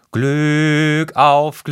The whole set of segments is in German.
Glück auf,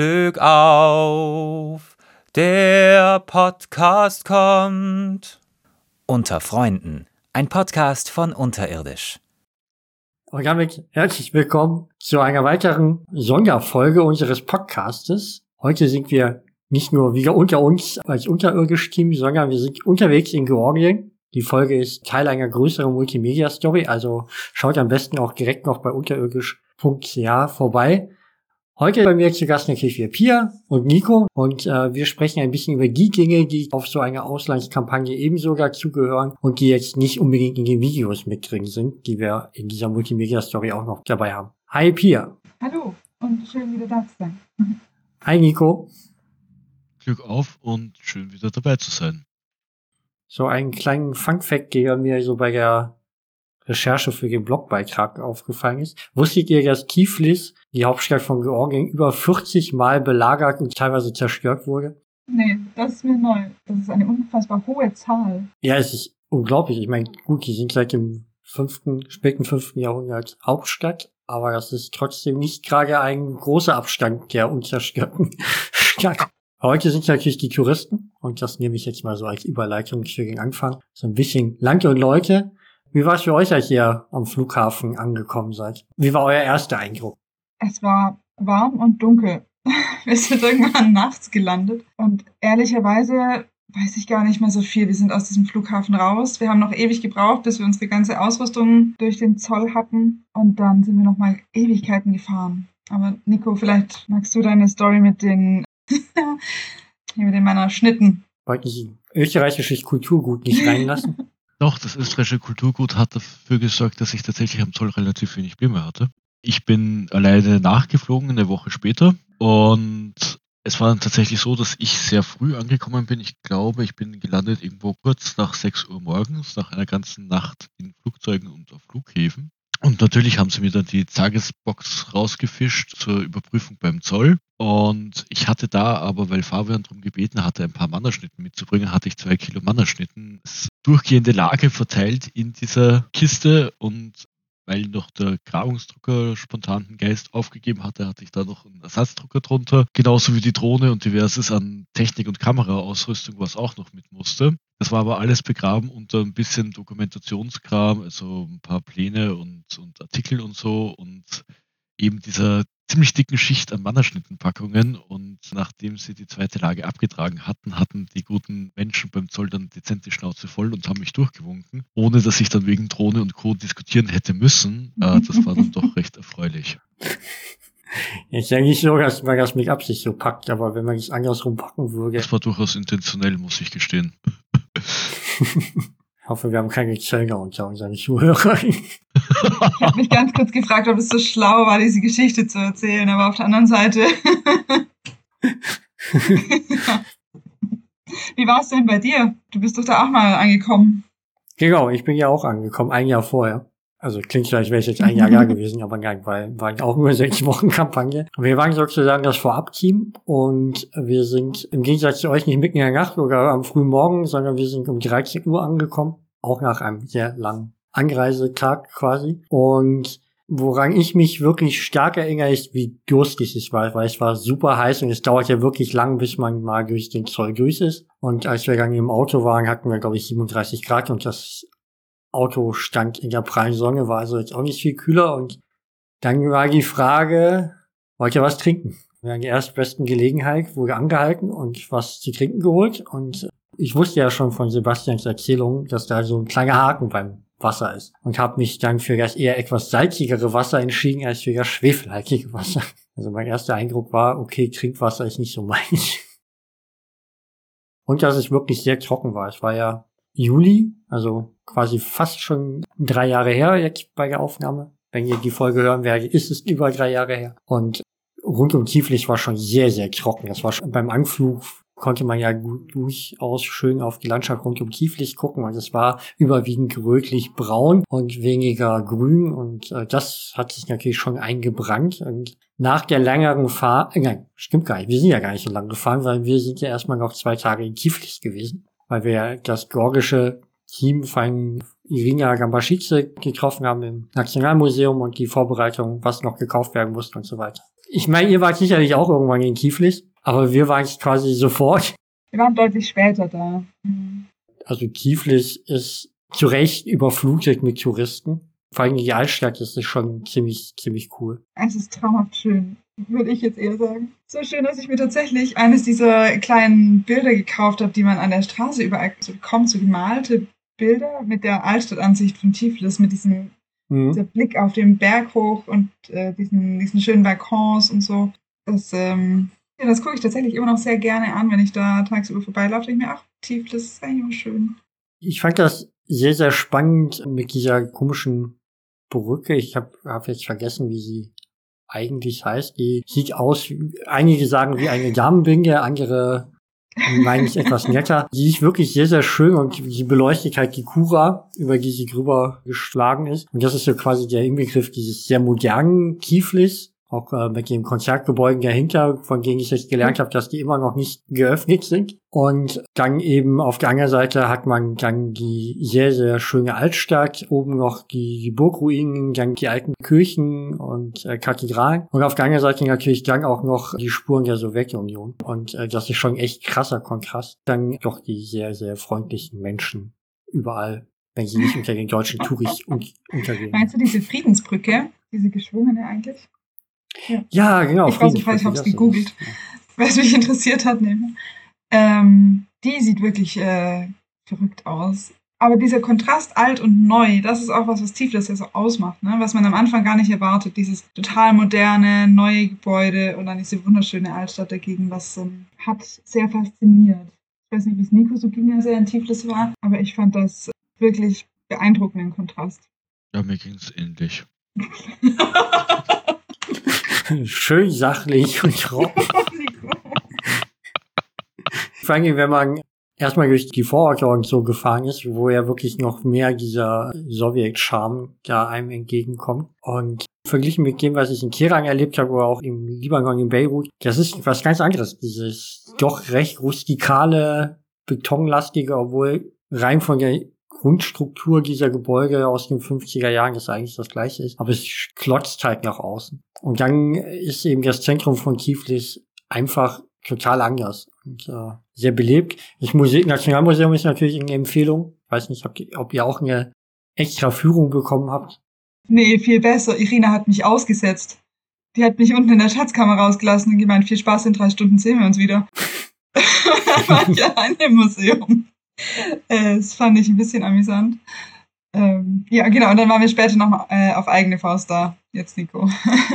der Podcast kommt. Unter Freunden, ein Podcast von Unterirdisch. Und damit herzlich willkommen zu einer weiteren Sonderfolge unseres Podcastes. Heute sind wir nicht nur wieder unter uns als Unterirdisch-Team, sondern wir sind unterwegs in Georgien. Die Folge ist Teil einer größeren Multimedia-Story, also schaut am besten auch direkt noch bei unterirdisch.ch vorbei. Heute bei mir zu Gast natürlich wir Pia und Nico und wir sprechen ein bisschen über die Dinge, die auf so einer Auslandskampagne ebenso dazugehören und die jetzt nicht unbedingt in den Videos mit drin sind, die wir in dieser Multimedia-Story auch noch dabei haben. Hi Pia. Hallo und schön wieder da zu sein. Hi Nico. Glück auf und schön wieder dabei zu sein. So einen kleinen Fun-Fact, der mir so bei der Recherche für den Blogbeitrag aufgefallen ist. Wusstet ihr, dass Tiflis, die Hauptstadt von Georgien, über 40 Mal belagert und teilweise zerstört wurde? Nee, das ist mir neu. Das ist eine unfassbar hohe Zahl. Ja, es ist unglaublich. Ich meine, gut, die sind seit dem späten 5. Jahrhundert Hauptstadt, aber das ist trotzdem nicht gerade ein großer Abstand der unzerstörten Stadt. Heute sind natürlich die Touristen, und das nehme ich jetzt mal so als Überleitung für den Anfang, so ein bisschen Land und Leute. Wie war es für euch, als ihr am Flughafen angekommen seid? Wie war euer erster Eindruck? Es war warm und dunkel. Wir sind irgendwann nachts gelandet und ehrlicherweise weiß ich gar nicht mehr so viel. Wir sind aus diesem Flughafen raus. Wir haben noch ewig gebraucht, bis wir unsere ganze Ausrüstung durch den Zoll hatten und dann sind wir noch mal Ewigkeiten gefahren. Aber Nico, vielleicht magst du deine Story mit den mit meiner Schnitten. Wollten Sie österreichisches Kulturgut nicht reinlassen? Doch, das österreichische Kulturgut hat dafür gesorgt, dass ich tatsächlich am Zoll relativ wenig Probleme hatte. Ich bin alleine nachgeflogen, eine Woche später. Und es war dann tatsächlich so, dass ich sehr früh angekommen bin. Ich glaube, ich bin gelandet irgendwo kurz nach 6 Uhr morgens, nach einer ganzen Nacht in Flugzeugen und auf Flughäfen. Und natürlich haben sie mir dann die Tagesbox rausgefischt zur Überprüfung beim Zoll. Und ich hatte da aber, weil Fabian darum gebeten hatte, ein paar Mannerschnitten mitzubringen, hatte ich 2 Kilo Mannerschnitten. Durchgehende Lage verteilt in dieser Kiste und weil noch der Grabungsdrucker spontan den Geist aufgegeben hatte, hatte ich da noch einen Ersatzdrucker drunter. Genauso wie die Drohne und diverses an Technik- und Kameraausrüstung, was auch noch mit musste. Das war aber alles begraben unter ein bisschen Dokumentationskram, also ein paar Pläne und Artikel und so und eben dieser ziemlich dicken Schicht an Mannerschnittenpackungen. Und nachdem sie die zweite Lage abgetragen hatten die guten Menschen beim Zoll dann dezent die Schnauze voll und haben mich durchgewunken, ohne dass ich dann wegen Drohne und Co. diskutieren hätte müssen. Das war dann doch recht erfreulich. Ist ja nicht so, dass man das mit Absicht so packt, aber wenn man es andersrum packen würde. Das war durchaus intentionell, muss ich gestehen. Ich hoffe, wir haben keine Zöllner unter unseren Zuhörern. Ich habe mich ganz kurz gefragt, ob es so schlau war, diese Geschichte zu erzählen, aber auf der anderen Seite. Wie war es denn bei dir? Du bist doch da auch mal angekommen. Genau, ich bin ja auch angekommen, ein Jahr vorher. Also klingt so, als wäre ich jetzt ein Jahr da gewesen, aber nein, weil war auch nur 6 Wochen Kampagne. Wir waren sozusagen das Vorab-Team und wir sind im Gegensatz zu euch nicht mitten in der Nacht oder am frühen Morgen, sondern wir sind um 13 Uhr angekommen, auch nach einem sehr langen Anreisetag quasi. Und woran ich mich wirklich stark erinnere, ist, wie durstig es war, weil es war super heiß und es dauert ja wirklich lang, bis man mal durch den Zoll durch ist. Und als wir dann im Auto waren, hatten wir, glaube ich, 37 Grad und das Auto stand in der prallen Sonne, war also jetzt auch nicht viel kühler und dann war die Frage, wollt ihr was trinken? Wir haben die erstbesten Gelegenheit, wurde angehalten und was zu trinken geholt und ich wusste ja schon von Sebastians Erzählung, dass da so ein kleiner Haken beim Wasser ist und habe mich dann für das eher etwas salzigere Wasser entschieden als für das schwefelhaltige Wasser. Also mein erster Eindruck war, okay, Trinkwasser ist nicht so meins. Und dass es wirklich sehr trocken war. Es war ja Juli, also quasi fast schon 3 Jahre her jetzt bei der Aufnahme. Wenn ihr die Folge hören werdet, ist es über 3 Jahre her. Und rund um Tiflis war schon sehr, sehr trocken. Das war schon beim Anflug konnte man ja durchaus schön auf die Landschaft rund um Tiflis gucken und es war überwiegend rötlich braun und weniger grün und das hat sich natürlich schon eingebrannt und nach der längeren Fahrt, nein, stimmt gar nicht, wir sind ja gar nicht so lang gefahren, weil wir sind ja erstmal noch 2 Tage in Tiflis gewesen, weil wir ja das georgische Team von Irina Gambaschidze getroffen haben im Nationalmuseum und die Vorbereitung, was noch gekauft werden musste und so weiter. Ich meine, ihr wart sicherlich auch irgendwann in Kieflich, aber wir waren quasi sofort. Wir waren deutlich später da. Also Kieflich ist zu Recht überflutet mit Touristen. Vor allem die Altstadt ist schon ziemlich cool. Es ist traumhaft schön, würde ich jetzt eher sagen. So schön, dass ich mir tatsächlich eines dieser kleinen Bilder gekauft habe, die man an der Straße überall so bekommt, so gemalte Bilder mit der Altstadtansicht von Tiflis, mit diesem dieser Blick auf den Berg hoch und diesen schönen Balkons und so. Das gucke ich tatsächlich immer noch sehr gerne an, wenn ich da tagsüber vorbeilaufe. Denke ich mir, ach, Tiflis ist eigentlich immer schön. Ich fand das sehr, sehr spannend mit dieser komischen Brücke. Ich hab jetzt vergessen, wie sie eigentlich heißt. Die sieht aus, einige sagen wie eine Damenbinde, andere meine ich etwas netter. Die ist wirklich sehr, sehr schön und sie beleuchtet halt die Kura, über die sie drüber geschlagen ist. Und das ist so quasi der Inbegriff dieses sehr modernen Kieflis. Auch mit den Konzertgebäuden dahinter, von denen ich jetzt gelernt habe, dass die immer noch nicht geöffnet sind. Und dann eben auf der anderen Seite hat man dann die sehr, sehr schöne Altstadt, oben noch die Burgruinen, dann die alten Kirchen und Kathedralen. Und auf der anderen Seite natürlich dann auch noch die Spuren der Sowjetunion. Und das ist schon echt krasser Kontrast. Dann doch die sehr, sehr freundlichen Menschen überall, wenn sie nicht unter den deutschen Touris untergehen. Meinst du diese Friedensbrücke, diese geschwungene eigentlich? Ja, genau. Ich ich habe es gegoogelt, weil es mich interessiert hat. Die sieht wirklich verrückt aus. Aber dieser Kontrast alt und neu, das ist auch was Tiflis ja so ausmacht, ne? Was man am Anfang gar nicht erwartet. Dieses total moderne, neue Gebäude und dann diese wunderschöne Altstadt dagegen, was hat sehr fasziniert. Ich weiß nicht, wie es Nico so ging, als er in Tiflis war, aber ich fand das wirklich beeindruckenden Kontrast. Ja, mir ging es ähnlich. Schön sachlich und trocken. Vor allem, wenn man erstmal durch die Vororte und so gefahren ist, wo ja wirklich noch mehr dieser Sowjet-Charme da einem entgegenkommt. Und verglichen mit dem, was ich in Keran erlebt habe oder auch im Libanon, in Beirut, das ist was ganz anderes. Dieses doch recht rustikale, betonlastige, obwohl rein von der Grundstruktur dieser Gebäude aus den 50er Jahren das eigentlich das gleiche ist, aber es klotzt halt nach außen. Und dann ist eben das Zentrum von Tiflis einfach total anders und sehr belebt. Das Nationalmuseum ist natürlich eine Empfehlung. Ich weiß nicht, ob ihr auch eine extra Führung bekommen habt. Nee, viel besser. Irina hat mich ausgesetzt. Die hat mich unten in der Schatzkammer rausgelassen und gemeint, viel Spaß, in 3 Stunden sehen wir uns wieder. War ich allein im Museum. Das fand ich ein bisschen amüsant. Ja, genau, und dann waren wir später noch auf eigene Faust da. Jetzt Nico.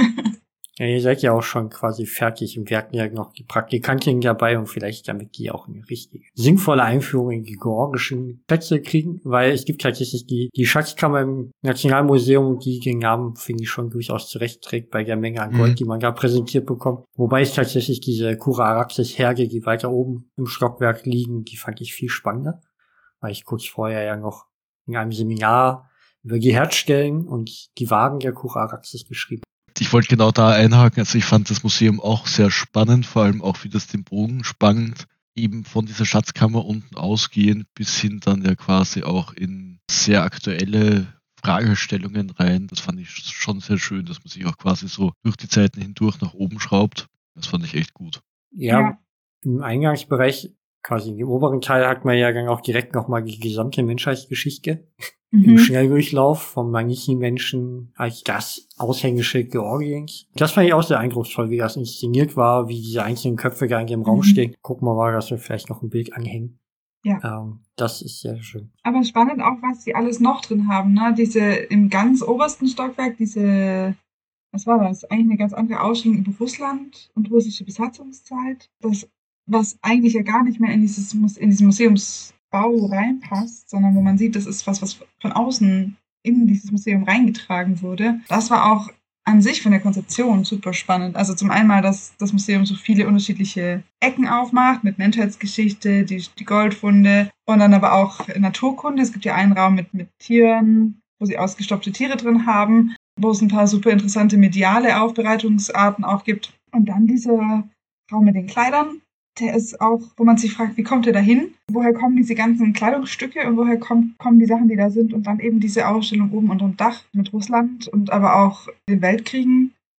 Ja, ihr seid ja auch schon quasi fertig und wir hatten ja noch die Praktikantin dabei und vielleicht damit die auch eine richtige sinnvolle Einführung in die georgischen Schätze kriegen, weil es gibt tatsächlich die Schatzkammer im Nationalmuseum, die den Namen, finde ich, schon durchaus zurechtträgt bei der Menge an Gold, die man da präsentiert bekommt. Wobei es tatsächlich diese Kura-Araxes-Herge, die weiter oben im Stockwerk liegen, die fand ich viel spannender, weil ich kurz vorher ja noch in einem Seminar über die Herdstellen und die Wagen der Kura-Araxes geschrieben. Ich wollte genau da einhaken, also ich fand das Museum auch sehr spannend, vor allem auch wie das den Bogen spannt, eben von dieser Schatzkammer unten ausgehend bis hin dann ja quasi auch in sehr aktuelle Fragestellungen rein. Das fand ich schon sehr schön, dass man sich auch quasi so durch die Zeiten hindurch nach oben schraubt. Das fand ich echt gut. Ja. Im Eingangsbereich, quasi im oberen Teil, hat man ja dann auch direkt nochmal die gesamte Menschheitsgeschichte im Schnelldurchlauf vom Manichi-Menschen als das Aushängeschild Georgiens. Das fand ich auch sehr eindrucksvoll, wie das inszeniert war, wie diese einzelnen Köpfe gar nicht im Raum stehen. Gucken wir mal, dass wir vielleicht noch ein Bild anhängen. Ja. Das ist sehr schön. Aber spannend auch, was sie alles noch drin haben, ne? Diese im ganz obersten Stockwerk, was war das? Eigentlich eine ganz andere Ausstellung über Russland und russische Besatzungszeit. Das, was eigentlich ja gar nicht mehr in diesen Museumsbau reinpasst, sondern wo man sieht, das ist was von außen in dieses Museum reingetragen wurde. Das war auch an sich von der Konzeption super spannend. Also zum einen mal, dass das Museum so viele unterschiedliche Ecken aufmacht, mit Menschheitsgeschichte, die Goldfunde und dann aber auch Naturkunde. Es gibt ja einen Raum mit Tieren, wo sie ausgestopfte Tiere drin haben, wo es ein paar super interessante mediale Aufbereitungsarten auch gibt. Und dann dieser Raum mit den Kleidern, der ist auch, wo man sich fragt, wie kommt der da hin? Woher kommen diese ganzen Kleidungsstücke und woher kommen die Sachen, die da sind? Und dann eben diese Ausstellung oben unterm Dach mit Russland und aber auch den Weltkriegen.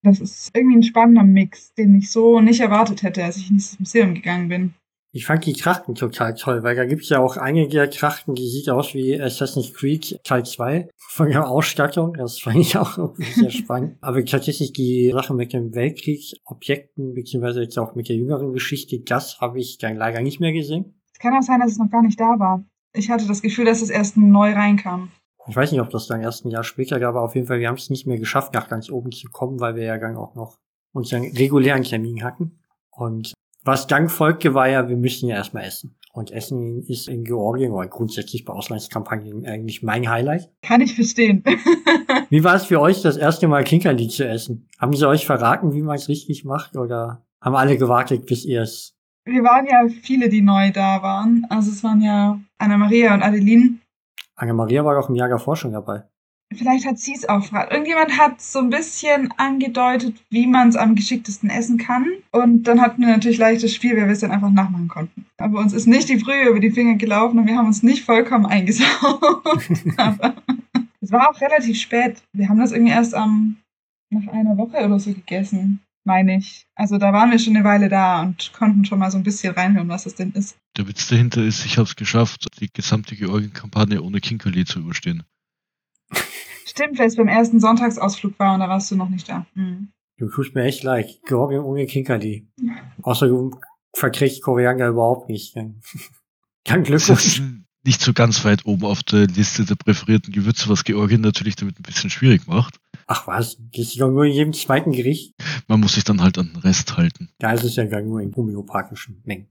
Das ist irgendwie ein spannender Mix, den ich so nicht erwartet hätte, als ich in dieses Museum gegangen bin. Ich fand die Trachten total toll, weil da gibt's ja auch einige der Trachten, die sieht aus wie Assassin's Creed Teil 2 von der Ausstattung. Das fand ich auch irgendwie sehr spannend. Aber tatsächlich die Sache mit den Weltkriegsobjekten, beziehungsweise jetzt auch mit der jüngeren Geschichte, das habe ich dann leider nicht mehr gesehen. Es kann auch sein, dass es noch gar nicht da war. Ich hatte das Gefühl, dass es erst neu reinkam. Ich weiß nicht, ob das dann erst ein Jahr später gab, aber auf jeden Fall, wir haben es nicht mehr geschafft, nach ganz oben zu kommen, weil wir ja dann auch noch unseren regulären Termin hatten. Und was dann folgte, war ja, wir müssen ja erstmal essen. Und Essen ist in Georgien oder grundsätzlich bei Auslandskampagnen eigentlich mein Highlight. Kann ich verstehen. Wie war es für euch, das erste Mal Kinkerli zu essen? Haben sie euch verraten, wie man es richtig macht, oder haben alle gewartet, bis ihr es... Wir waren ja viele, die neu da waren. Also es waren ja Anna-Maria und Adeline. Anna-Maria war doch im Jahr davor schon dabei. Vielleicht hat sie es auch verraten. Irgendjemand hat so ein bisschen angedeutet, wie man es am geschicktesten essen kann. Und dann hatten wir natürlich leichtes Spiel, weil wir es dann einfach nachmachen konnten. Aber uns ist nicht die Brühe über die Finger gelaufen und wir haben uns nicht vollkommen eingesaugt. Aber es war auch relativ spät. Wir haben das irgendwie erst nach einer Woche oder so gegessen, meine ich. Also da waren wir schon eine Weile da und konnten schon mal so ein bisschen reinhören, was es denn ist. Der Witz dahinter ist, ich habe es geschafft, die gesamte Georgien-Kampagne ohne Kinkerli zu überstehen. Stimmt, weil es beim ersten Sonntagsausflug war und da warst du noch nicht da. Mhm. Du tust mir echt leid. Georgien ohne Kinkerli. Außer du verkriegst Koriander überhaupt nicht. Dann Das Glückwunsch. ist nicht so ganz weit oben auf der Liste der präferierten Gewürze, was Georgien natürlich damit ein bisschen schwierig macht. Ach was, das ist doch nur in jedem zweiten Gericht. Man muss sich dann halt an den Rest halten. Da ist es ja gar nur in homöopathischen Mengen.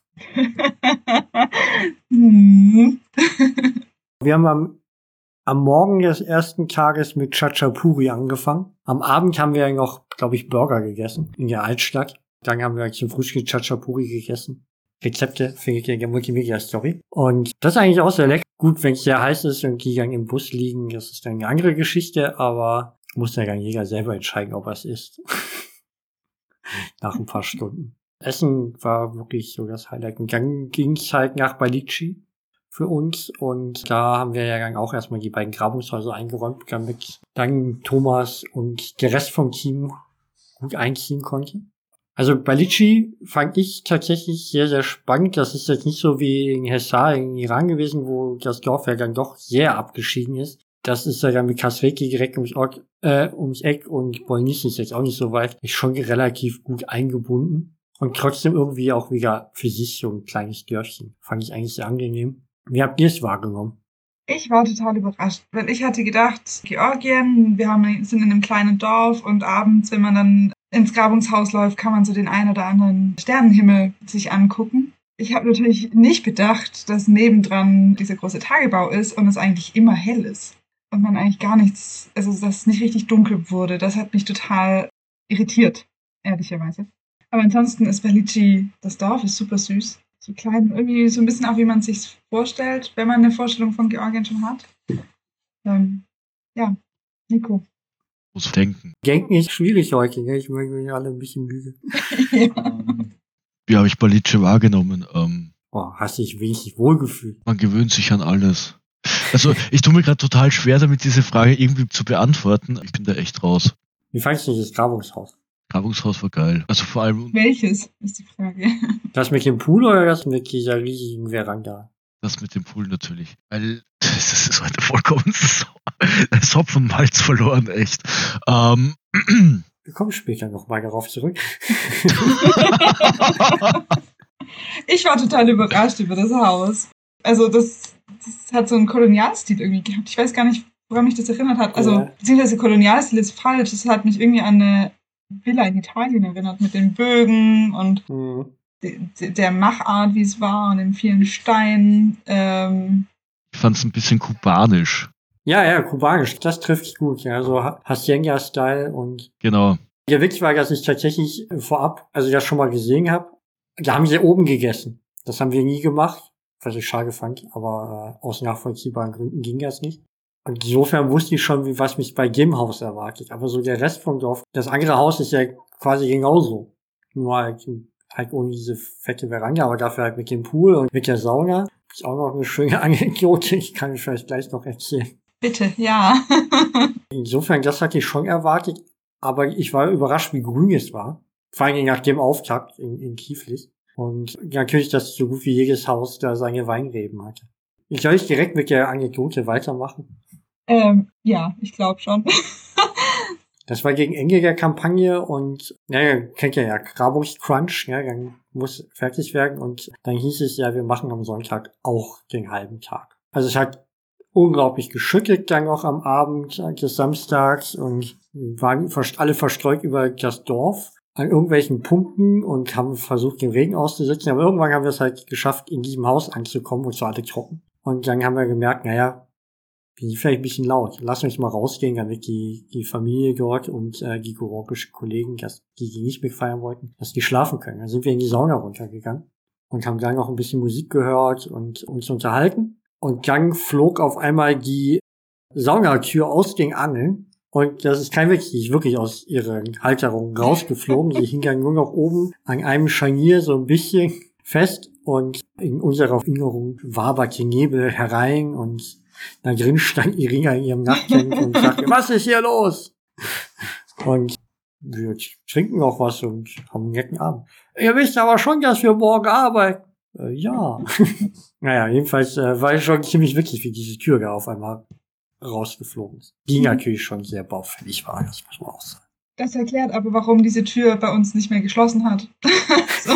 Hm. Wir haben am Morgen des ersten Tages mit Chachapuri angefangen. Am Abend haben wir noch, glaube ich, Burger gegessen in der Altstadt. Dann haben wir zum Frühstück Chachapuri gegessen. Rezepte findet ihr in der Multimedia-Story. Und das ist eigentlich auch sehr lecker. Gut, wenn es sehr heiß ist und die dann im Bus liegen, das ist dann eine andere Geschichte, aber muss ja dann jeder selber entscheiden, ob er es isst. Nach ein paar Stunden. Essen war wirklich so das Highlight. Und dann ging es halt nach Balici für uns und da haben wir ja dann auch erstmal die beiden Grabungshäuser eingeräumt, damit dann Thomas und der Rest vom Team gut einziehen konnte. Also Balici fand ich tatsächlich sehr, sehr spannend. Das ist jetzt nicht so wie in Hessar in Iran gewesen, wo das Dorf ja dann doch sehr abgeschieden ist. Das ist ja dann mit Kasreki direkt ums Eck und Bolnice ist jetzt auch nicht so weit. Ist schon relativ gut eingebunden und trotzdem irgendwie auch wieder für sich so ein kleines Dörfchen. Fand ich eigentlich sehr angenehm. Wie habt ihr es wahrgenommen? Ich war total überrascht, weil ich hatte gedacht, Georgien, sind in einem kleinen Dorf und abends, wenn man dann ins Grabungshaus läuft, kann man so den einen oder anderen Sternenhimmel sich angucken. Ich habe natürlich nicht bedacht, dass nebendran dieser große Tagebau ist und es eigentlich immer hell ist. Und man eigentlich gar nichts, also dass es nicht richtig dunkel wurde. Das hat mich total irritiert, ehrlicherweise. Aber ansonsten ist Balici, das Dorf ist super süß. So klein, irgendwie so ein bisschen auch, wie man es sich vorstellt, wenn man eine Vorstellung von Georgien schon hat. Ja, Nico. Muss denken. Denken ist schwierig heute, ne? Ich meine, wir sind alle ein bisschen müde. Ja. Wie habe ich Balice wahrgenommen? Hast dich wenigstens wohlgefühlt. Man gewöhnt sich an alles. Also ich tue mir gerade total schwer damit, diese Frage irgendwie zu beantworten. Ich bin da echt raus. Wie fandest du das Grabungshaus? Grabungshaus war geil. Also vor allem Welches, ist die Frage. Das mit dem Pool oder das mit dieser riesigen Veranda? das mit dem Pool natürlich. Weil das ist heute vollkommen Hopf und Malz verloren, echt. Wir kommen später nochmal darauf zurück. Ich war total überrascht über das Haus. Also das hat so einen Kolonialstil irgendwie gehabt. Ich weiß gar nicht, woran mich das erinnert hat. Also, beziehungsweise Kolonialstil ist falsch. Das hat mich irgendwie an eine Villa in Italien erinnert mit den Bögen und der Machart, wie es war und den vielen Steinen. Ich fand es ein bisschen kubanisch. Ja, kubanisch. Das trifft gut. Ja, so Hacienda-Style und... Genau. Der Witz war, dass ich tatsächlich vorab, also das schon mal gesehen habe, da haben sie oben gegessen. Das haben wir nie gemacht, was ich schade fand, aber aus nachvollziehbaren Gründen ging das nicht. Und insofern wusste ich schon, was mich bei dem Haus erwartet. Aber so der Rest vom Dorf, das andere Haus ist ja quasi genauso. Nur halt ohne diese fette Veranda, aber dafür halt mit dem Pool und mit der Sauna. Ist auch noch eine schöne Anekdote, ich kann euch vielleicht gleich noch erzählen. Bitte, ja. Insofern, das hatte ich schon erwartet. aber ich war überrascht, wie grün es war. Vor allem nach dem Auftakt in Kieflich. Und natürlich, dass so gut wie jedes Haus da seine Weinreben hatte. Soll ich direkt mit der Anekdote weitermachen? Ja, ich glaube schon. Das war gegen Ende der Kampagne und, kennt ihr ja, Grabungscrunch, dann muss fertig werden und dann hieß es ja, wir machen am Sonntag auch den halben Tag. Also es hat unglaublich geschüttet dann auch am Abend des Samstags und waren alle verstreut über das Dorf an irgendwelchen Punkten und haben versucht, den Regen auszusitzen, aber irgendwann haben wir es halt geschafft, in diesem Haus anzukommen und zwar alle trocken. Und dann haben wir gemerkt, wir sind vielleicht ein bisschen laut. Lass uns mal rausgehen, damit die Familie dort und die georgischen Kollegen, die nicht mitfeiern wollten, dass die schlafen können. Dann sind wir in die Sauna runtergegangen und haben dann noch ein bisschen Musik gehört und uns unterhalten. Und dann flog auf einmal die Saunatür aus den Angeln. Und das ist kein Witz, die ist wirklich aus ihren Halterungen rausgeflogen. Sie hing dann nur noch oben an einem Scharnier so ein bisschen fest. Und in unserer Erinnerung waberte Nebel herein und da drin stand Irina in ihrem Nachthemd und sagte, was ist hier los? Und wir trinken noch was und haben einen netten Abend. Ihr wisst aber schon, dass wir morgen arbeiten. Ja. Naja, jedenfalls war es schon ziemlich witzig, wie diese Tür da auf einmal rausgeflogen ist. Die natürlich schon sehr baufällig war, das muss man auch sagen. Das erklärt aber, warum diese Tür bei uns nicht mehr geschlossen hat. So.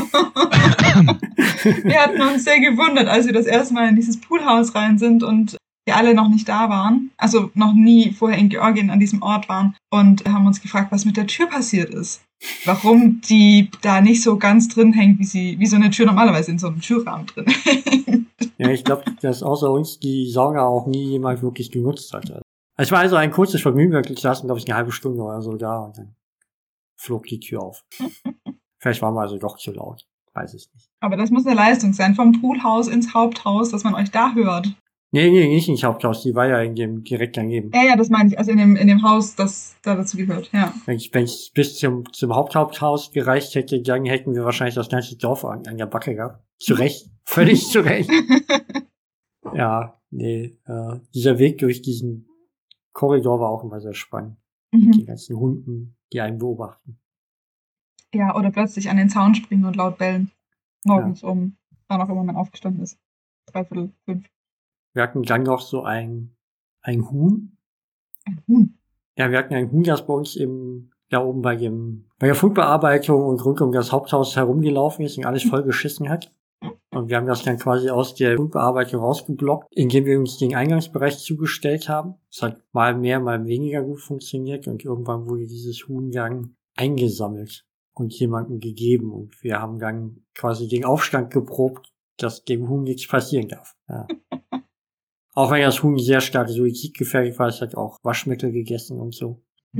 Wir hatten uns sehr gewundert, als wir das erste Mal in dieses Poolhaus rein sind und wir alle noch nicht da waren, also noch nie vorher in Georgien an diesem Ort waren und haben uns gefragt, was mit der Tür passiert ist. Warum die da nicht so ganz drin hängt, wie so eine Tür normalerweise in so einem Türrahmen drin hängt. Ja, ich glaube, dass außer uns die Sauna auch nie jemand wirklich genutzt hat. Es war also ein kurzes Vergnügen, wirklich saßen, glaube ich, eine halbe Stunde oder so da und dann flog die Tür auf. Vielleicht waren wir also doch zu laut, weiß ich nicht. Aber das muss eine Leistung sein, vom Poolhaus ins Haupthaus, dass man euch da hört. Nee, nicht ins Haupthaus, die war ja direkt daneben. Ja, das meine ich, also in dem Haus, das da dazu gehört, ja. Wenn ich bis zum Haupthaus gereicht hätte, dann hätten wir wahrscheinlich das ganze Dorf an der Backe gehabt. Zu Recht, völlig zu Recht. Ja, dieser Weg durch diesen Korridor war auch immer sehr spannend. Mit den ganzen Hunden, die einen beobachten. Ja, oder plötzlich an den Zaun springen und laut bellen. Morgens wann auch immer man aufgestanden ist. 4:45. Wir hatten dann noch so ein Huhn. Ein Huhn? Ja, wir hatten ein Huhn, das bei uns oben bei der Fundbearbeitung und rund um das Haupthaus herumgelaufen ist und alles voll geschissen hat. Und wir haben das dann quasi aus der Fundbearbeitung rausgeblockt, indem wir uns den Eingangsbereich zugestellt haben. Es hat mal mehr, mal weniger gut funktioniert und irgendwann wurde dieses Huhn dann eingesammelt und jemandem gegeben und wir haben dann quasi den Aufstand geprobt, dass dem Huhn nichts passieren darf. Ja. Auch wenn das Huhn sehr stark suizidgefährlich war, es hat auch Waschmittel gegessen und so.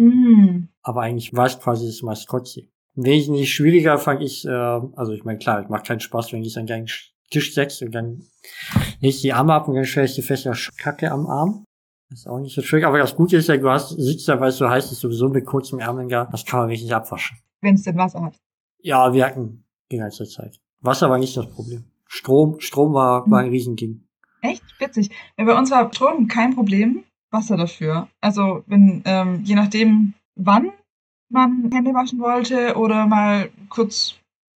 Aber eigentlich war es quasi das Maskottchen. Wesentlich schwieriger fand ich, also ich meine, klar, es macht keinen Spaß, wenn ich an einen Tisch setze und dann lege ich die Arme ab und dann stelle ich die feste Kacke am Arm. Das ist auch nicht so schwierig, aber das Gute ist ja, sitzt da, weil es so heiß ist, sowieso mit kurzem Ärmeln da, das kann man wirklich nicht abwaschen. Wenn es denn Wasser hat. Ja, wir hatten die ganze Zeit. Wasser war nicht das Problem. Strom war ein Riesending. Echt? Witzig. Ja, bei uns war Strom kein Problem, Wasser dafür. Also wenn, je nachdem, wann man Hände waschen wollte oder mal kurz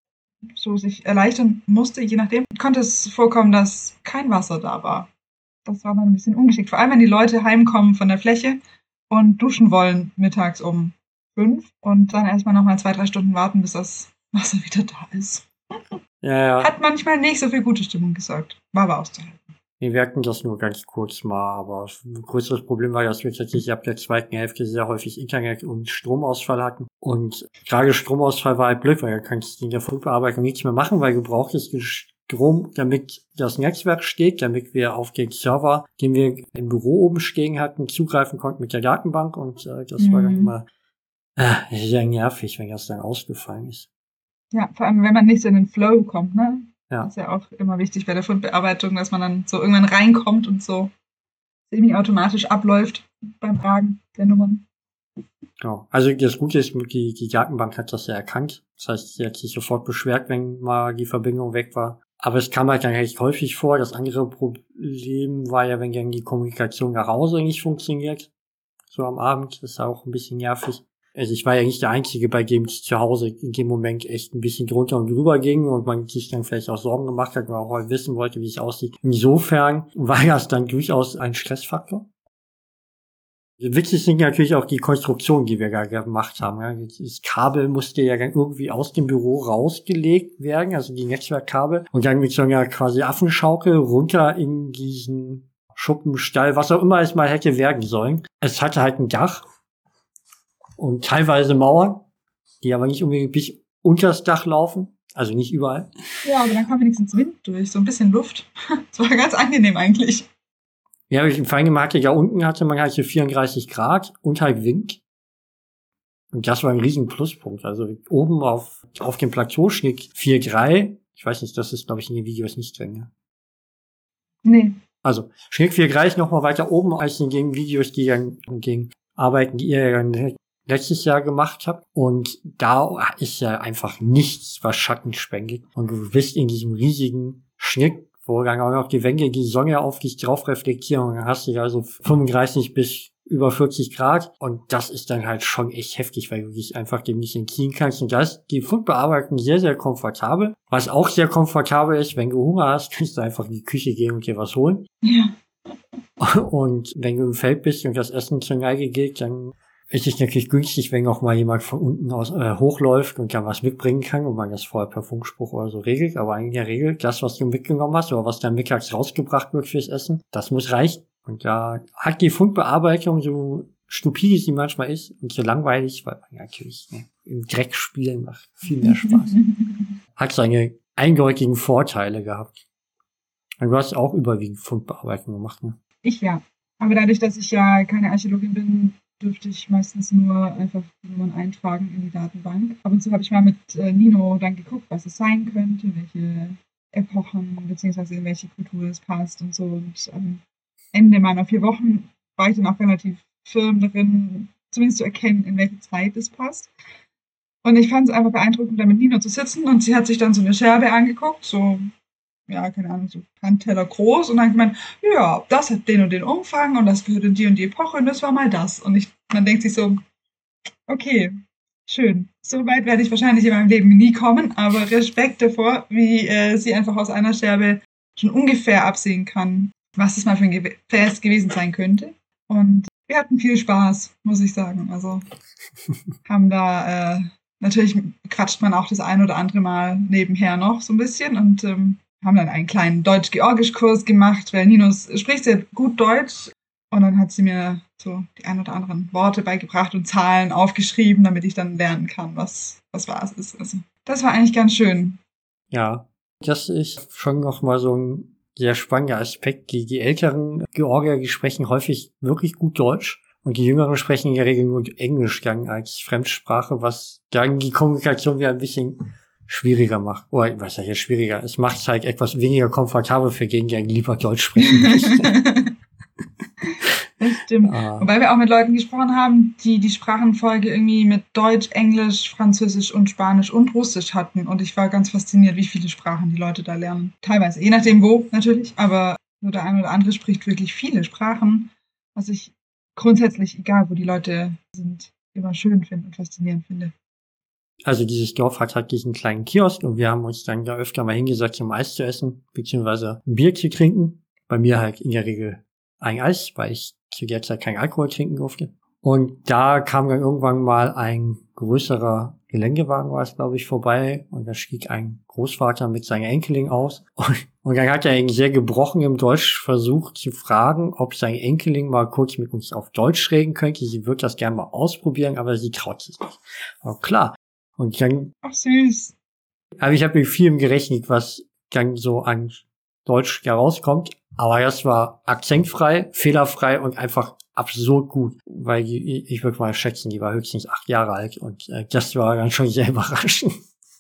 so sich erleichtern musste, je nachdem, konnte es vorkommen, dass kein Wasser da war. Das war dann ein bisschen ungeschickt. Vor allem, wenn die Leute heimkommen von der Fläche und duschen wollen mittags um 5 und dann erstmal nochmal 2-3 Stunden warten, bis das Wasser wieder da ist. Ja. Hat manchmal nicht so viel gute Stimmung gesagt. War aber auszuhalten. Wir hatten das nur ganz kurz mal, aber ein größeres Problem war, dass wir tatsächlich ab der zweiten Hälfte sehr häufig Internet- und Stromausfall hatten. Und gerade Stromausfall war halt blöd, weil da kannst du in der Fundbearbeitung nichts mehr machen, weil gebraucht ist Strom, damit das Netzwerk steht, damit wir auf den Server, den wir im Büro oben stehen hatten, zugreifen konnten mit der Datenbank. Und das war dann immer sehr nervig, wenn das dann ausgefallen ist. Ja, vor allem, wenn man nicht so in den Flow kommt, ne? Ja. Das ist ja auch immer wichtig bei der Fundbearbeitung, dass man dann so irgendwann reinkommt und so semi-automatisch abläuft beim Fragen der Nummern. Genau. Also das Gute ist, die Datenbank hat das ja erkannt. Das heißt, sie hat sich sofort beschwert, wenn mal die Verbindung weg war. Aber es kam halt dann recht häufig vor. Das andere Problem war ja, wenn dann die Kommunikation nach Hause nicht funktioniert. So am Abend ist auch ein bisschen nervig. Also ich war ja nicht der Einzige, bei dem es zu Hause in dem Moment echt ein bisschen drunter und drüber ging und man sich dann vielleicht auch Sorgen gemacht hat, weil man auch wissen wollte, wie es aussieht. Insofern war das dann durchaus ein Stressfaktor. Witzig sind natürlich auch die Konstruktionen, die wir da gemacht haben. Ja. Das Kabel musste ja dann irgendwie aus dem Büro rausgelegt werden, also die Netzwerkkabel, und dann mit so einer quasi Affenschaukel runter in diesen Schuppenstall, was auch immer es mal hätte werden sollen. Es hatte halt ein Dach und teilweise Mauern, die aber nicht unbedingt bis unters Dach laufen, also nicht überall. Ja, aber dann kam wenigstens Wind durch, so ein bisschen Luft. Das war ganz angenehm eigentlich. Ja, vor allem hatte ja unten hatte man halt so 34 Grad und halt Wind. Und das war ein riesen Pluspunkt. Also oben auf dem Plateau schnitt 4,3. Ich weiß nicht, das ist, glaube ich, in den Videos nicht drin. Ja? Nee. Also Schnitt 4,3 ist noch mal weiter oben als in den Videos, die dann gegen Arbeiten, die ihr dann letztes Jahr gemacht habt. Und da ist ja einfach nichts, was Schatten spendelt. Und du bist in diesem riesigen Schnitt, wo dann auch noch die Wände die Sonne auf dich drauf reflektieren, und dann hast du also 35 bis über 40 Grad, und das ist dann halt schon echt heftig, weil du dich einfach dem nicht entziehen kannst, und da ist die Fundbearbeitung sehr, sehr komfortabel. Was auch sehr komfortabel ist, wenn du Hunger hast, kannst du einfach in die Küche gehen und dir was holen. Ja. Und wenn du im Feld bist und das Essen zur Neige geht, dann ist es natürlich günstig, wenn auch mal jemand von unten aus hochläuft und dann was mitbringen kann und man das vorher per Funkspruch oder so regelt. Aber in der Regel, das, was du mitgenommen hast oder was dann mittags rausgebracht wird fürs Essen, das muss reichen. Und da hat die Fundbearbeitung, so stupide sie manchmal ist und so langweilig, weil man natürlich im Dreck spielen macht viel mehr Spaß. Hat seine eindeutigen Vorteile gehabt. Und du hast auch überwiegend Fundbearbeitung gemacht, ne? Ich ja. Aber dadurch, dass ich ja keine Archäologin bin, dürfte ich meistens nur einfach die Nummern eintragen in die Datenbank. Ab und zu habe ich mal mit Nino dann geguckt, was es sein könnte, welche Epochen beziehungsweise in welche Kultur es passt und so. Und am Ende meiner 4 Wochen war ich dann auch relativ firm darin, zumindest zu erkennen, in welche Zeit es passt. Und ich fand es einfach beeindruckend, da mit Nino zu sitzen, und sie hat sich dann so eine Scherbe angeguckt, so, ja, keine Ahnung, so Handteller groß, und dann gemeint, ja, das hat den und den Umfang und das gehört in die und die Epoche und das war mal das. Und man denkt sich so, okay, schön. So weit werde ich wahrscheinlich in meinem Leben nie kommen, aber Respekt davor, wie sie einfach aus einer Scherbe schon ungefähr absehen kann, was es mal für ein Gefäß gewesen sein könnte. Und wir hatten viel Spaß, muss ich sagen. Also haben da, natürlich quatscht man auch das ein oder andere Mal nebenher noch so ein bisschen, und haben dann einen kleinen Deutsch-Georgisch-Kurs gemacht, weil Nino spricht sehr gut Deutsch, und dann hat sie mir so die ein oder anderen Worte beigebracht und Zahlen aufgeschrieben, damit ich dann lernen kann, was ist. Also das war eigentlich ganz schön. Ja, das ist schon noch mal so ein sehr spannender Aspekt. Die älteren Georgier, die sprechen häufig wirklich gut Deutsch, und die Jüngeren sprechen in der Regel nur Englisch dann als Fremdsprache, was dann die Kommunikation wieder ein bisschen schwieriger macht. Oder was heißt ja schwieriger? Es macht es halt etwas weniger komfortabel für den, der lieber Deutsch sprechen möchte. Das stimmt. Wobei wir auch mit Leuten gesprochen haben, die Sprachenfolge irgendwie mit Deutsch, Englisch, Französisch und Spanisch und Russisch hatten. Und ich war ganz fasziniert, wie viele Sprachen die Leute da lernen. Teilweise, je nachdem wo natürlich, aber so der eine oder andere spricht wirklich viele Sprachen, was ich grundsätzlich, egal wo die Leute sind, immer schön finde und faszinierend finde. Also dieses Dorf hat halt diesen kleinen Kiosk, und wir haben uns dann da öfter mal hingesetzt, um Eis zu essen, beziehungsweise ein Bier zu trinken. Bei mir halt in der Regel ein Eis, weil ich zu der Zeit keinen Alkohol trinken durfte. Und da kam dann irgendwann mal ein größerer Geländewagen, war es, glaube ich, vorbei, und da stieg ein Großvater mit seiner Enkelin aus. Und dann hat er in sehr gebrochenem Deutsch versucht zu fragen, ob seine Enkelin mal kurz mit uns auf Deutsch reden könnte. Sie würde das gerne mal ausprobieren, aber sie traut sich nicht. Aber klar. Und dann... Ach, süß. Aber ich habe mit vielem gerechnet, was dann so an Deutsch herauskommt. Aber das war akzentfrei, fehlerfrei und einfach absurd gut. Weil ich würde mal schätzen, die war höchstens 8 Jahre alt. Und das war dann schon sehr überraschend.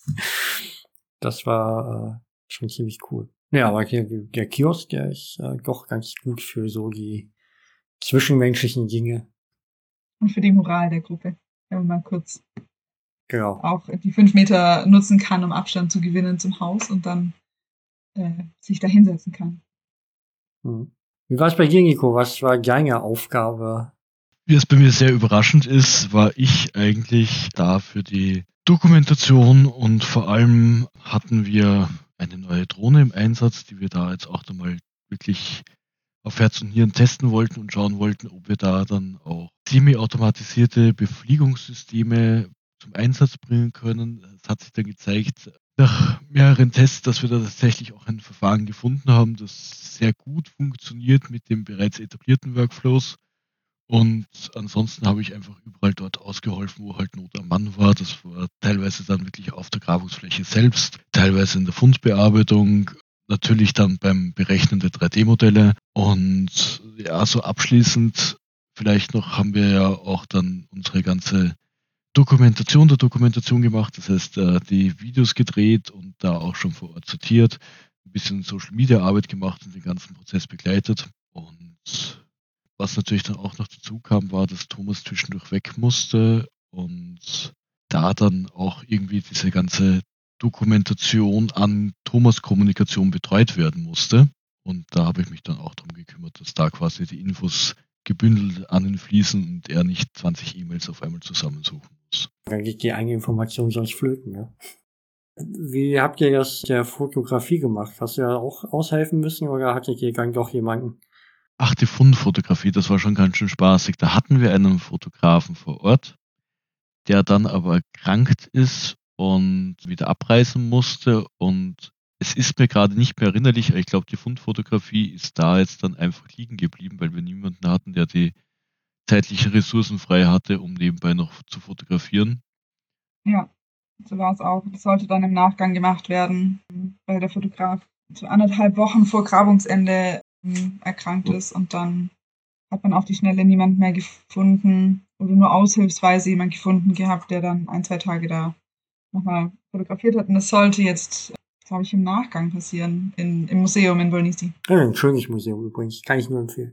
Das war schon ziemlich cool. Ja, aber der Kiosk, der ist doch ganz gut für so die zwischenmenschlichen Dinge. Und für die Moral der Gruppe. Wenn man mal kurz genau auch die 5 Meter nutzen kann, um Abstand zu gewinnen zum Haus, und dann sich da hinsetzen kann. Wie war es bei dir, Nico? Was war deine Aufgabe? Wie es bei mir sehr überraschend ist, war ich eigentlich da für die Dokumentation und vor allem hatten wir eine neue Drohne im Einsatz, die wir da jetzt auch nochmal wirklich auf Herz und Nieren testen wollten und schauen wollten, ob wir da dann auch semi-automatisierte Befliegungssysteme zum Einsatz bringen können. Es hat sich dann gezeigt, nach mehreren Tests, dass wir da tatsächlich auch ein Verfahren gefunden haben, das sehr gut funktioniert mit den bereits etablierten Workflows. Und ansonsten habe ich einfach überall dort ausgeholfen, wo halt Not am Mann war. Das war teilweise dann wirklich auf der Grabungsfläche selbst, teilweise in der Fundbearbeitung, natürlich dann beim Berechnen der 3D-Modelle. Und ja, so abschließend vielleicht noch haben wir ja auch dann unsere ganze Dokumentation der Dokumentation gemacht. Das heißt, die Videos gedreht und da auch schon vor Ort sortiert, ein bisschen Social-Media-Arbeit gemacht und den ganzen Prozess begleitet. Und was natürlich dann auch noch dazu kam, war, dass Thomas zwischendurch weg musste und da dann auch irgendwie diese ganze Dokumentation an Thomas Kommunikation betreut werden musste. Und da habe ich mich dann auch darum gekümmert, dass da quasi die Infos gebündelt an ihn fließen und er nicht 20 E-Mails auf einmal zusammensuchen muss. Dann geht die eigene Information sonst flöten, ja. Wie habt ihr das der Fotografie gemacht? Hast du ja auch aushelfen müssen oder hattet ihr dann doch jemanden? Ach, die Fundfotografie, das war schon ganz schön spaßig. Da hatten wir einen Fotografen vor Ort, der dann aber erkrankt ist und wieder abreisen musste. Und es ist mir gerade nicht mehr erinnerlich, aber ich glaube, die Fundfotografie ist da jetzt dann einfach liegen geblieben, weil wir niemanden hatten, der die zeitlichen Ressourcen frei hatte, um nebenbei noch zu fotografieren. Ja, so war es auch. Das sollte dann im Nachgang gemacht werden, weil der Fotograf so 1,5 Wochen vor Grabungsende erkrankt ist und dann hat man auf die Schnelle niemand mehr gefunden oder nur aushilfsweise jemand gefunden gehabt, der dann 1-2 Tage da nochmal fotografiert hat. Und das sollte jetzt, glaube ich, im Nachgang passieren, im Museum in Brindisi. Ja, ein schönes Museum übrigens, kann ich nur empfehlen.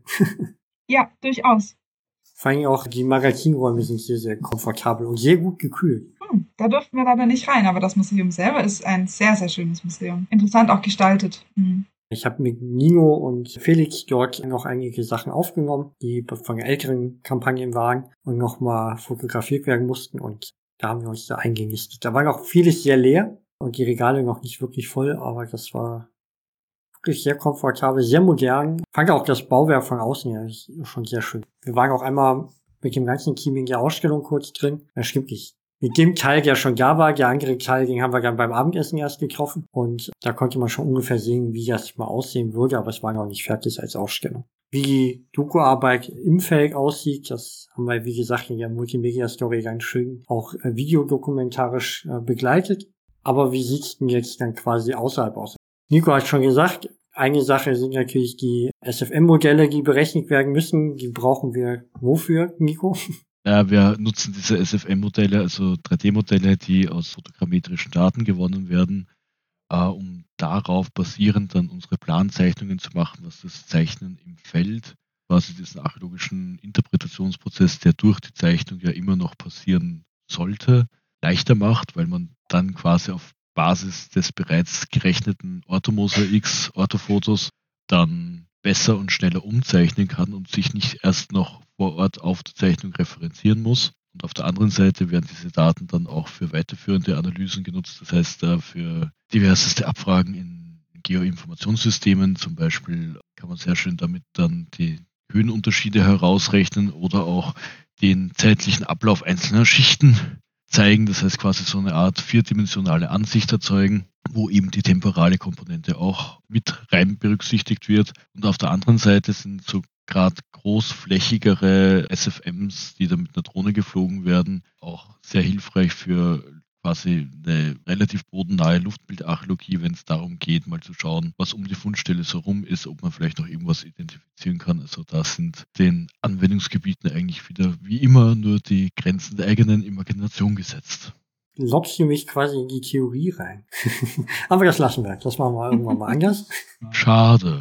Ja, durchaus. Vor allem auch die Magazinräume sind sehr, sehr komfortabel und sehr gut gekühlt. Da durften wir leider nicht rein, aber das Museum selber ist ein sehr, sehr schönes Museum. Interessant auch gestaltet. Ich habe mit Nino und Felix dort noch einige Sachen aufgenommen, die von älteren Kampagnen waren und nochmal fotografiert werden mussten und da haben wir uns da eingenistet. Da war noch vieles sehr leer und die Regale noch nicht wirklich voll, aber das war wirklich sehr komfortabel, sehr modern. Ich fand auch das Bauwerk von außen ja schon sehr schön. Wir waren auch einmal mit dem ganzen Team in der Ausstellung kurz drin. Das stimmt nicht. Mit dem Teil, der schon da war, der andere Teil, den haben wir dann beim Abendessen erst getroffen. Und da konnte man schon ungefähr sehen, wie das mal aussehen würde, aber es war noch nicht fertig als Ausstellung. Wie die Doku-Arbeit im Feld aussieht, das haben wir, wie gesagt, in der Multimedia-Story ganz schön auch videodokumentarisch begleitet. Aber wie sieht's denn jetzt dann quasi außerhalb aus? Nico hat schon gesagt, eine Sache sind natürlich die SFM-Modelle, die berechnet werden müssen. Die brauchen wir wofür, Nico? Ja, wir nutzen diese SFM-Modelle, also 3D-Modelle, die aus fotogrammetrischen Daten gewonnen werden, um darauf basierend dann unsere Planzeichnungen zu machen, was das Zeichnen im Feld, quasi diesen archäologischen Interpretationsprozess, der durch die Zeichnung ja immer noch passieren sollte, leichter macht, weil man dann quasi auf Basis des bereits gerechneten Orthomosaix, Orthofotos, dann besser und schneller umzeichnen kann und sich nicht erst noch vor Ort auf der Zeichnung referenzieren muss. Und auf der anderen Seite werden diese Daten dann auch für weiterführende Analysen genutzt, das heißt für diverseste Abfragen in Geoinformationssystemen zum Beispiel kann man sehr schön damit dann die Höhenunterschiede herausrechnen oder auch den zeitlichen Ablauf einzelner Schichten zeigen, das heißt quasi so eine Art vierdimensionale Ansicht erzeugen, wo eben die temporale Komponente auch mit rein berücksichtigt wird. Und auf der anderen Seite sind so gerade großflächigere SFMs, die dann mit einer Drohne geflogen werden, auch sehr hilfreich für quasi eine relativ bodennahe Luftbildarchäologie, wenn es darum geht, mal zu schauen, was um die Fundstelle so rum ist, ob man vielleicht noch irgendwas identifizieren kann. Also da sind den Anwendungsgebieten eigentlich wieder wie immer nur die Grenzen der eigenen Imagination gesetzt. Lockst du mich quasi in die Theorie rein. Aber das lassen wir. Das machen wir irgendwann mal anders. Schade.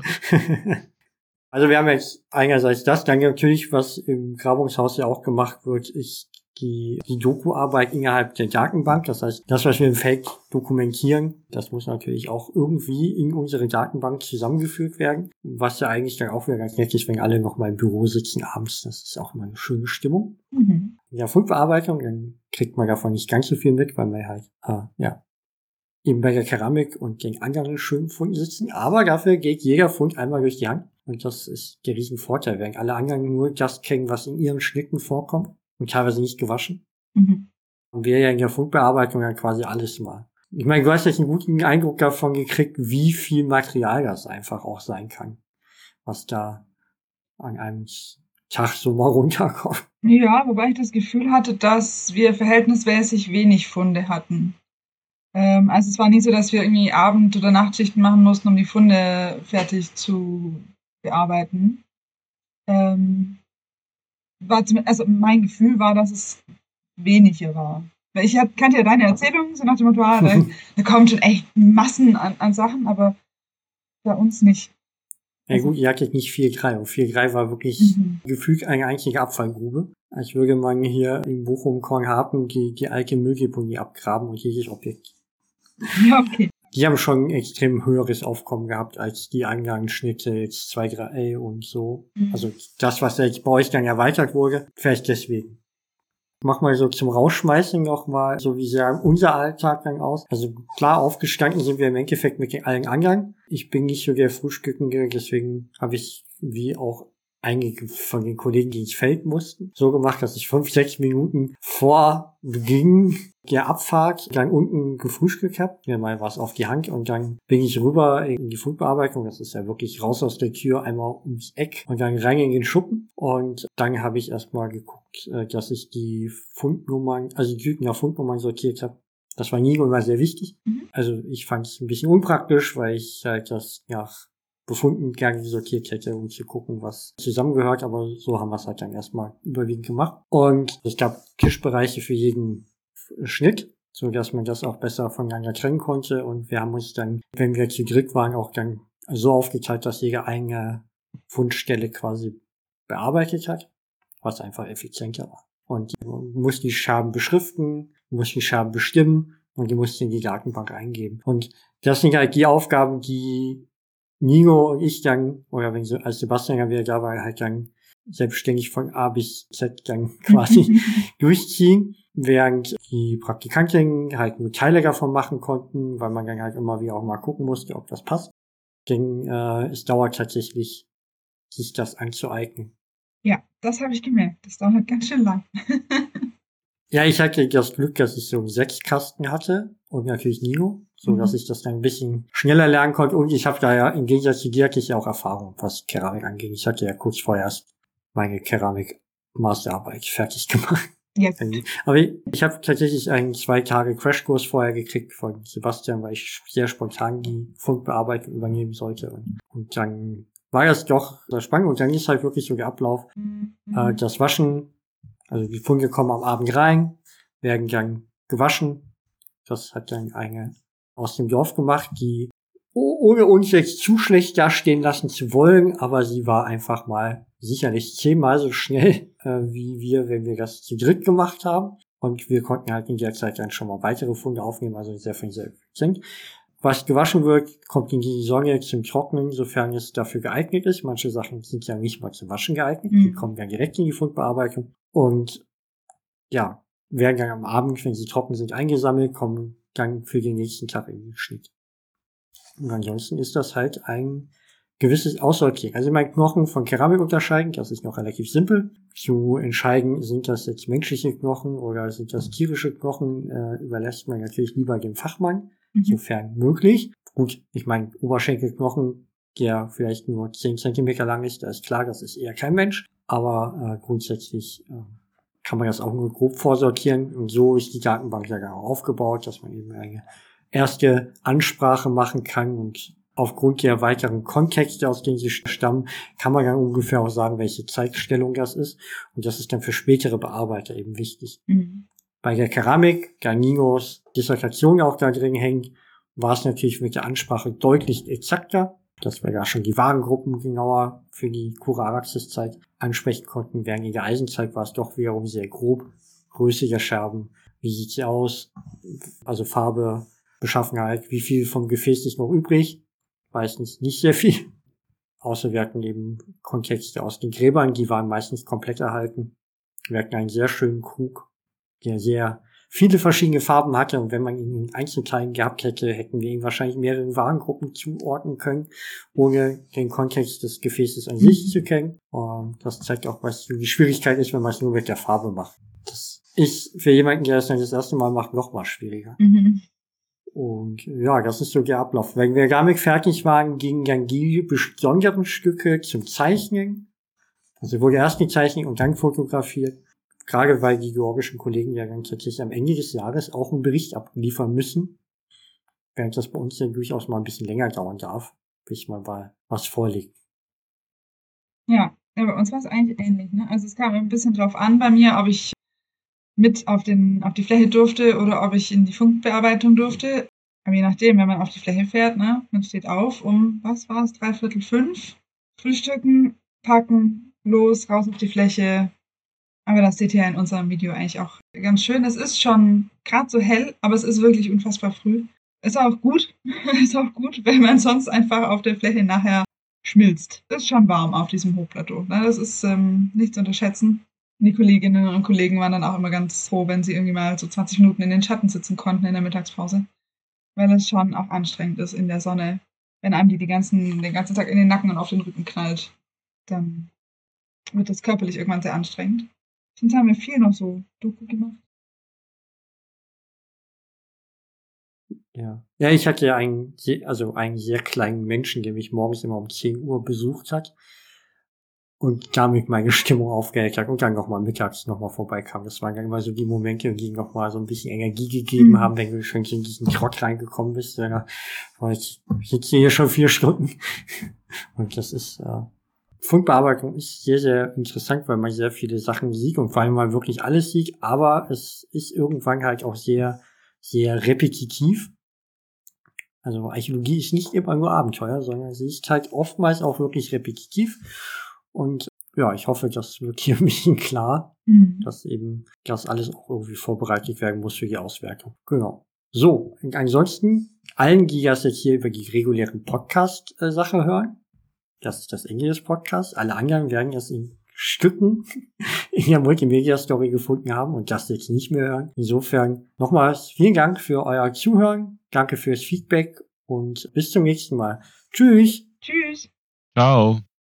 Also wir haben jetzt einerseits das, dann natürlich, was im Grabungshaus ja auch gemacht wird, ist die Doku-Arbeit innerhalb der Datenbank. Das heißt, das, was wir im Feld dokumentieren, das muss natürlich auch irgendwie in unsere Datenbank zusammengeführt werden. Was ja eigentlich dann auch wieder ganz nett ist, wenn alle noch mal im Büro sitzen abends. Das ist auch immer eine schöne Stimmung. In der Fundbearbeitung, dann kriegt man davon nicht ganz so viel mit, weil man halt, eben bei der Keramik und den anderen schönen Funden sitzen. Aber dafür geht jeder Fund einmal durch die Hand. Und das ist der Riesenvorteil, während alle anderen nur das kennen, was in ihren Schnitten vorkommt und teilweise nicht gewaschen. Und wir ja in der Fundbearbeitung dann quasi alles mal. Ich meine, du hast jetzt einen guten Eindruck davon gekriegt, wie viel Material das einfach auch sein kann, was da an einem Tag so mal runterkommt. Ja, wobei ich das Gefühl hatte, dass wir verhältnismäßig wenig Funde hatten. Also es war nicht so, dass wir irgendwie Abend- oder Nachtschichten machen mussten, um die Funde fertig zu bearbeiten. Also mein Gefühl war, dass es weniger war. Weil ich kannte ja deine Erzählung, so nach dem Motto, da kommen schon echt Massen an Sachen, aber bei uns nicht. Ja gut, ihr hattet nicht 4-3. Und 4-3 war wirklich gefühlt eine einzige Abfallgrube. Als würde man hier in Bochum-Kornharten die alte Mülldeponie abgraben und jedes Objekt. Ja, okay. Die haben schon ein extrem höheres Aufkommen gehabt als die Eingangsschnitte, jetzt 2-3 und so. Also das, was jetzt bei euch dann erweitert wurde, vielleicht deswegen. Mach mal so zum Rausschmeißen nochmal, so wie sah unser Alltag dann aus. Also klar, aufgestanden sind wir im Endeffekt mit den allen anderen. Ich bin nicht so der Frühstückende, deswegen habe ich, wie auch einige von den Kollegen, die ins Feld mussten, so gemacht, dass ich 5-6 Minuten vor Beginn der Abfahrt dann unten gefrühstückt habe. Mir mal was auf die Hand und dann bin ich rüber in die Fundbearbeitung. Das ist ja wirklich raus aus der Tür, einmal ums Eck und dann rein in den Schuppen. Und dann habe ich erstmal geguckt, dass ich die Fundnummern, also die Tüten nach Fundnummern sortiert habe. Das war nie immer sehr wichtig. Also ich fand es ein bisschen unpraktisch, weil ich halt das nach Befunden gerne sortiert hätte, um zu gucken, was zusammengehört. Aber so haben wir es halt dann erstmal überwiegend gemacht. Und es gab Tischbereiche für jeden Schnitt, so dass man das auch besser voneinander trennen konnte. Und wir haben uns dann, wenn wir zu dritt waren, auch dann so aufgeteilt, dass jeder eine Fundstelle quasi bearbeitet hat, was einfach effizienter war. Und man muss die Scherben beschriften, muss die Scherben bestimmen und die muss in die Datenbank eingeben. Und das sind halt die Aufgaben, die Nico und ich dann, oder wenn als Sebastian dann wieder da war, halt dann selbstständig von A bis Z dann quasi durchziehen, während die Praktikantinnen halt nur Teile davon machen konnten, weil man dann halt immer wieder auch mal gucken musste, ob das passt. Denn es dauert tatsächlich, sich das anzueignen. Ja, das habe ich gemerkt. Das dauert ganz schön lang. Ja, ich hatte das Glück, dass ich so 6 Kasten hatte und natürlich Nino, so dass ich das dann ein bisschen schneller lernen konnte. Und ich habe da ja im Gegensatz zu dir hatte ich ja auch Erfahrung, was Keramik angeht. Ich hatte ja kurz vorher erst meine Keramik-Masterarbeit fertig gemacht. Ja. Aber ich habe tatsächlich einen 2 Tage Crashkurs vorher gekriegt von Sebastian, weil ich sehr spontan die Fundbearbeitung übernehmen sollte. Und dann war das doch sehr spannend. Und dann ist halt wirklich so der Ablauf, das Waschen. Also die Funde kommen am Abend rein, werden dann gewaschen. Das hat dann eine aus dem Dorf gemacht, die ohne uns jetzt zu schlecht dastehen lassen zu wollen, aber sie war einfach mal sicherlich 10-mal so schnell wie wir, wenn wir das zu dritt gemacht haben. Und wir konnten halt in der Zeit dann schon mal weitere Funde aufnehmen, also sehr effizient. Was gewaschen wird, kommt in die Sonne zum Trocknen, sofern es dafür geeignet ist. Manche Sachen sind ja nicht mal zum Waschen geeignet. Die kommen dann direkt in die Fundbearbeitung. Und ja, werden dann am Abend, wenn sie trocken sind, eingesammelt, kommen dann für den nächsten Tag in den Schnitt. Und ansonsten ist das halt ein gewisses Aussortieren. Also mein Knochen von Keramik unterscheiden, das ist noch relativ simpel. Zu entscheiden, sind das jetzt menschliche Knochen oder sind das tierische Knochen, überlässt man natürlich lieber dem Fachmann, sofern möglich. Gut, ich meine, Oberschenkelknochen, der vielleicht nur 10 Zentimeter lang ist, da ist klar, das ist eher kein Mensch. Aber grundsätzlich kann man das auch nur grob vorsortieren. Und so ist die Datenbank ja auch aufgebaut, dass man eben eine erste Ansprache machen kann. Und aufgrund der weiteren Kontexte, aus denen sie stammen, kann man dann ungefähr auch sagen, welche Zeitstellung das ist. Und das ist dann für spätere Bearbeiter eben wichtig. Bei der Keramik, da Ninos Dissertation auch da drin hängt, war es natürlich mit der Ansprache deutlich exakter, dass wir da schon die Warengruppen genauer für die Kuraraxis-Zeit ansprechen konnten, während in der Eisenzeit war es doch wiederum sehr grob Größe der Scherben, wie sieht sie aus, also Farbe, Beschaffenheit, wie viel vom Gefäß ist noch übrig, meistens nicht sehr viel, außer wir hatten eben Kontexte aus den Gräbern, die waren meistens komplett erhalten. Wir hatten einen sehr schönen Krug, der sehr viele verschiedene Farben hatte, und wenn man ihn in Einzelteilen gehabt hätte, hätten wir ihn wahrscheinlich mehreren Warengruppen zuordnen können, ohne den Kontext des Gefäßes an sich zu kennen. Und das zeigt auch, was die Schwierigkeit ist, wenn man es nur mit der Farbe macht. Das ist für jemanden, der es dann das erste Mal macht, noch mal schwieriger. Und ja, das ist so der Ablauf. Wenn wir damit fertig waren, gingen dann die besonderen Stücke zum Zeichnen. Also wurde erst gezeichnet und dann fotografiert. Gerade weil die georgischen Kollegen ja dann tatsächlich am Ende des Jahres auch einen Bericht abliefern müssen. Während das bei uns dann durchaus mal ein bisschen länger dauern darf, bis man mal was vorlegt. Ja, bei uns war es eigentlich ähnlich, ne? Also es kam ein bisschen drauf an bei mir, ob ich mit auf die Fläche durfte oder ob ich in die Funkbearbeitung durfte. Aber je nachdem, wenn man auf die Fläche fährt, ne, man steht auf um, was war es, 4:45, frühstücken, packen, los, raus auf die Fläche. Aber das seht ihr ja in unserem Video eigentlich auch ganz schön. Es ist schon gerade so hell, aber es ist wirklich unfassbar früh. Ist auch gut, wenn man sonst einfach auf der Fläche nachher schmilzt. Es ist schon warm auf diesem Hochplateau. Ne? Das ist nicht zu unterschätzen. Die Kolleginnen und Kollegen waren dann auch immer ganz froh, wenn sie irgendwie mal so 20 Minuten in den Schatten sitzen konnten in der Mittagspause. Weil es schon auch anstrengend ist in der Sonne. Wenn einem die den ganzen Tag in den Nacken und auf den Rücken knallt, dann wird das körperlich irgendwann sehr anstrengend. Sonst haben wir viel noch so Doku gemacht. Ja. Ja, ich hatte ja einen sehr kleinen Menschen, der mich morgens immer um 10 Uhr besucht hat und damit meine Stimmung aufgehellt hat und dann nochmal mittags nochmal vorbeikam. Das waren dann immer so die Momente, die nochmal so ein bisschen Energie gegeben haben, wenn du schon in diesen Trott reingekommen bist. Ich sitze hier schon 4 Stunden und das ist Funkbearbeitung ist sehr, sehr interessant, weil man sehr viele Sachen sieht und vor allem man wirklich alles sieht, aber es ist irgendwann halt auch sehr, sehr repetitiv. Also Archäologie ist nicht immer nur Abenteuer, sondern sie ist halt oftmals auch wirklich repetitiv. Und ja, ich hoffe, das wird hier ein bisschen klar, dass eben das alles auch irgendwie vorbereitet werden muss für die Auswertung. Genau. So, und ansonsten, allen, die das jetzt hier über die regulären Podcast-Sache hören, das ist das Ende des Podcasts. Alle anderen werden das in Stücken in der Multimedia-Story gefunden haben und das jetzt nicht mehr hören. Insofern nochmals vielen Dank für euer Zuhören. Danke fürs Feedback und bis zum nächsten Mal. Tschüss. Tschüss. Ciao.